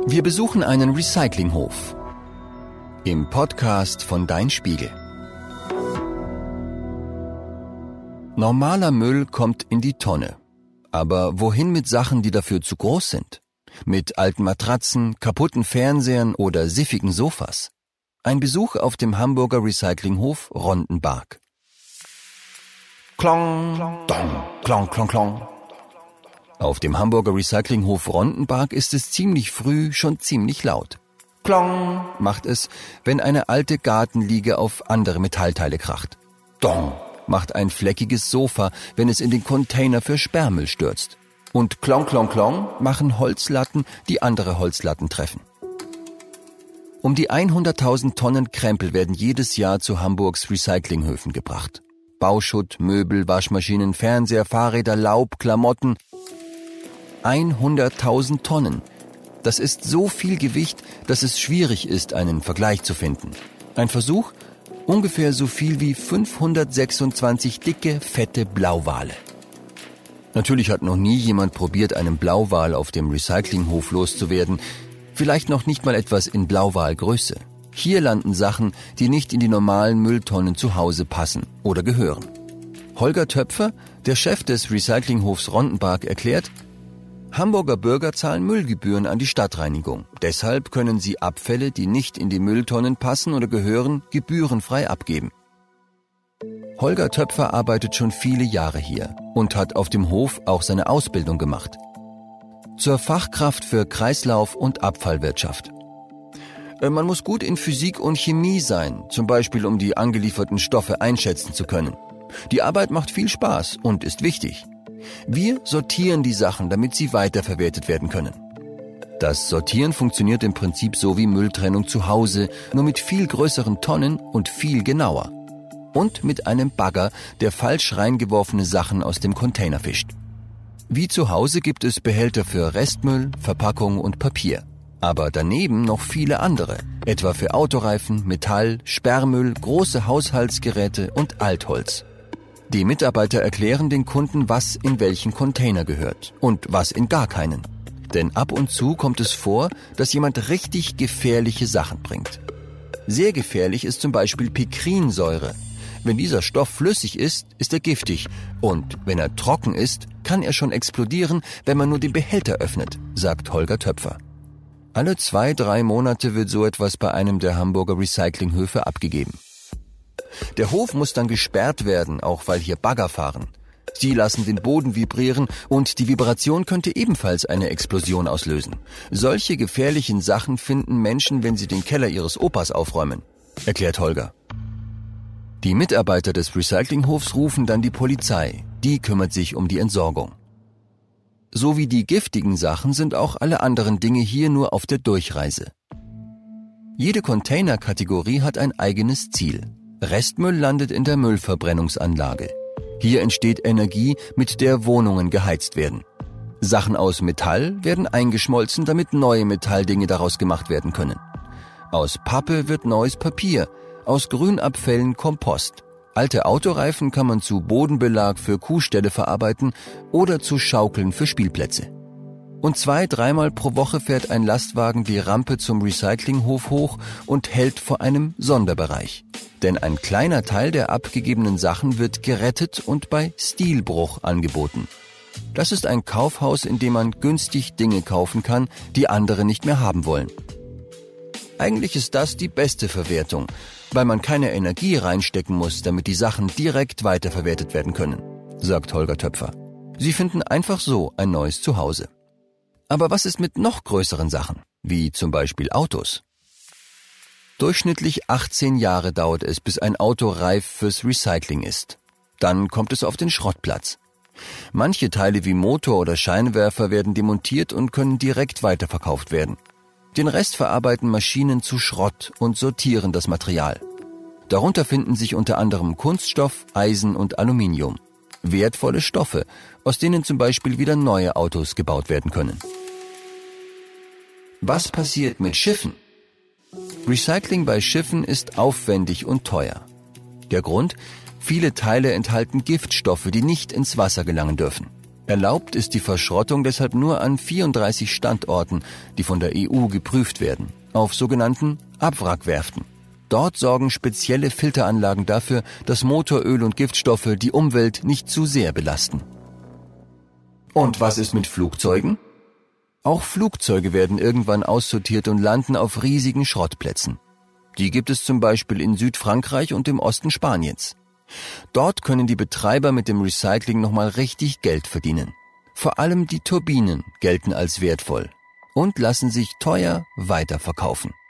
Wir besuchen einen Recyclinghof. Im Podcast von Dein Spiegel. Normaler Müll kommt in die Tonne. Aber wohin mit Sachen, die dafür zu groß sind? Mit alten Matratzen, kaputten Fernsehern oder siffigen Sofas? Ein Besuch auf dem Hamburger Recyclinghof Rondenbarg. Klong, dong, klong, klong, klong. Auf dem Hamburger Recyclinghof Rondenbarg ist es ziemlich früh schon ziemlich laut. Klong macht es, wenn eine alte Gartenliege auf andere Metallteile kracht. Dong macht ein fleckiges Sofa, wenn es in den Container für Sperrmüll stürzt. Und klong, klong, klong machen Holzlatten, die andere Holzlatten treffen. Um die 100.000 Tonnen Krempel werden jedes Jahr zu Hamburgs Recyclinghöfen gebracht. Bauschutt, Möbel, Waschmaschinen, Fernseher, Fahrräder, Laub, Klamotten. 100.000 Tonnen. Das ist so viel Gewicht, dass es schwierig ist, einen Vergleich zu finden. Ein Versuch? Ungefähr so viel wie 526 dicke, fette Blauwale. Natürlich hat noch nie jemand probiert, einen Blauwal auf dem Recyclinghof loszuwerden. Vielleicht noch nicht mal etwas in Blauwalgröße. Hier landen Sachen, die nicht in die normalen Mülltonnen zu Hause passen oder gehören. Holger Töpfer, der Chef des Recyclinghofs Rondenbarg, erklärt: Hamburger Bürger zahlen Müllgebühren an die Stadtreinigung. Deshalb können sie Abfälle, die nicht in die Mülltonnen passen oder gehören, gebührenfrei abgeben. Holger Töpfer arbeitet schon viele Jahre hier und hat auf dem Hof auch seine Ausbildung gemacht. Zur Fachkraft für Kreislauf- und Abfallwirtschaft. Man muss gut in Physik und Chemie sein, zum Beispiel um die angelieferten Stoffe einschätzen zu können. Die Arbeit macht viel Spaß und ist wichtig. Wir sortieren die Sachen, damit sie weiterverwertet werden können. Das Sortieren funktioniert im Prinzip so wie Mülltrennung zu Hause, nur mit viel größeren Tonnen und viel genauer. Und mit einem Bagger, der falsch reingeworfene Sachen aus dem Container fischt. Wie zu Hause gibt es Behälter für Restmüll, Verpackung und Papier. Aber daneben noch viele andere, etwa für Autoreifen, Metall, Sperrmüll, große Haushaltsgeräte und Altholz. Die Mitarbeiter erklären den Kunden, was in welchen Container gehört und was in gar keinen. Denn ab und zu kommt es vor, dass jemand richtig gefährliche Sachen bringt. Sehr gefährlich ist zum Beispiel Pikrinsäure. Wenn dieser Stoff flüssig ist, ist er giftig. Und wenn er trocken ist, kann er schon explodieren, wenn man nur den Behälter öffnet, sagt Holger Töpfer. Alle 2-3 Monate wird so etwas bei einem der Hamburger Recyclinghöfe abgegeben. Der Hof muss dann gesperrt werden, auch weil hier Bagger fahren. Sie lassen den Boden vibrieren und die Vibration könnte ebenfalls eine Explosion auslösen. Solche gefährlichen Sachen finden Menschen, wenn sie den Keller ihres Opas aufräumen, erklärt Holger. Die Mitarbeiter des Recyclinghofs rufen dann die Polizei. Die kümmert sich um die Entsorgung. So wie die giftigen Sachen sind auch alle anderen Dinge hier nur auf der Durchreise. Jede Containerkategorie hat ein eigenes Ziel. Restmüll landet in der Müllverbrennungsanlage. Hier entsteht Energie, mit der Wohnungen geheizt werden. Sachen aus Metall werden eingeschmolzen, damit neue Metalldinge daraus gemacht werden können. Aus Pappe wird neues Papier, aus Grünabfällen Kompost. Alte Autoreifen kann man zu Bodenbelag für Kuhställe verarbeiten oder zu Schaukeln für Spielplätze. Und 2-3 Mal pro Woche fährt ein Lastwagen die Rampe zum Recyclinghof hoch und hält vor einem Sonderbereich. Denn ein kleiner Teil der abgegebenen Sachen wird gerettet und bei Stilbruch angeboten. Das ist ein Kaufhaus, in dem man günstig Dinge kaufen kann, die andere nicht mehr haben wollen. Eigentlich ist das die beste Verwertung, weil man keine Energie reinstecken muss, damit die Sachen direkt weiterverwertet werden können, sagt Holger Töpfer. Sie finden einfach so ein neues Zuhause. Aber was ist mit noch größeren Sachen, wie zum Beispiel Autos? Durchschnittlich 18 Jahre dauert es, bis ein Auto reif fürs Recycling ist. Dann kommt es auf den Schrottplatz. Manche Teile wie Motor oder Scheinwerfer werden demontiert und können direkt weiterverkauft werden. Den Rest verarbeiten Maschinen zu Schrott und sortieren das Material. Darunter finden sich unter anderem Kunststoff, Eisen und Aluminium. Wertvolle Stoffe, aus denen zum Beispiel wieder neue Autos gebaut werden können. Was passiert mit Schiffen? Recycling bei Schiffen ist aufwendig und teuer. Der Grund? Viele Teile enthalten Giftstoffe, die nicht ins Wasser gelangen dürfen. Erlaubt ist die Verschrottung deshalb nur an 34 Standorten, die von der EU geprüft werden, auf sogenannten Abwrackwerften. Dort sorgen spezielle Filteranlagen dafür, dass Motoröl und Giftstoffe die Umwelt nicht zu sehr belasten. Und was ist mit Flugzeugen? Auch Flugzeuge werden irgendwann aussortiert und landen auf riesigen Schrottplätzen. Die gibt es zum Beispiel in Südfrankreich und im Osten Spaniens. Dort können die Betreiber mit dem Recycling nochmal richtig Geld verdienen. Vor allem die Turbinen gelten als wertvoll und lassen sich teuer weiterverkaufen.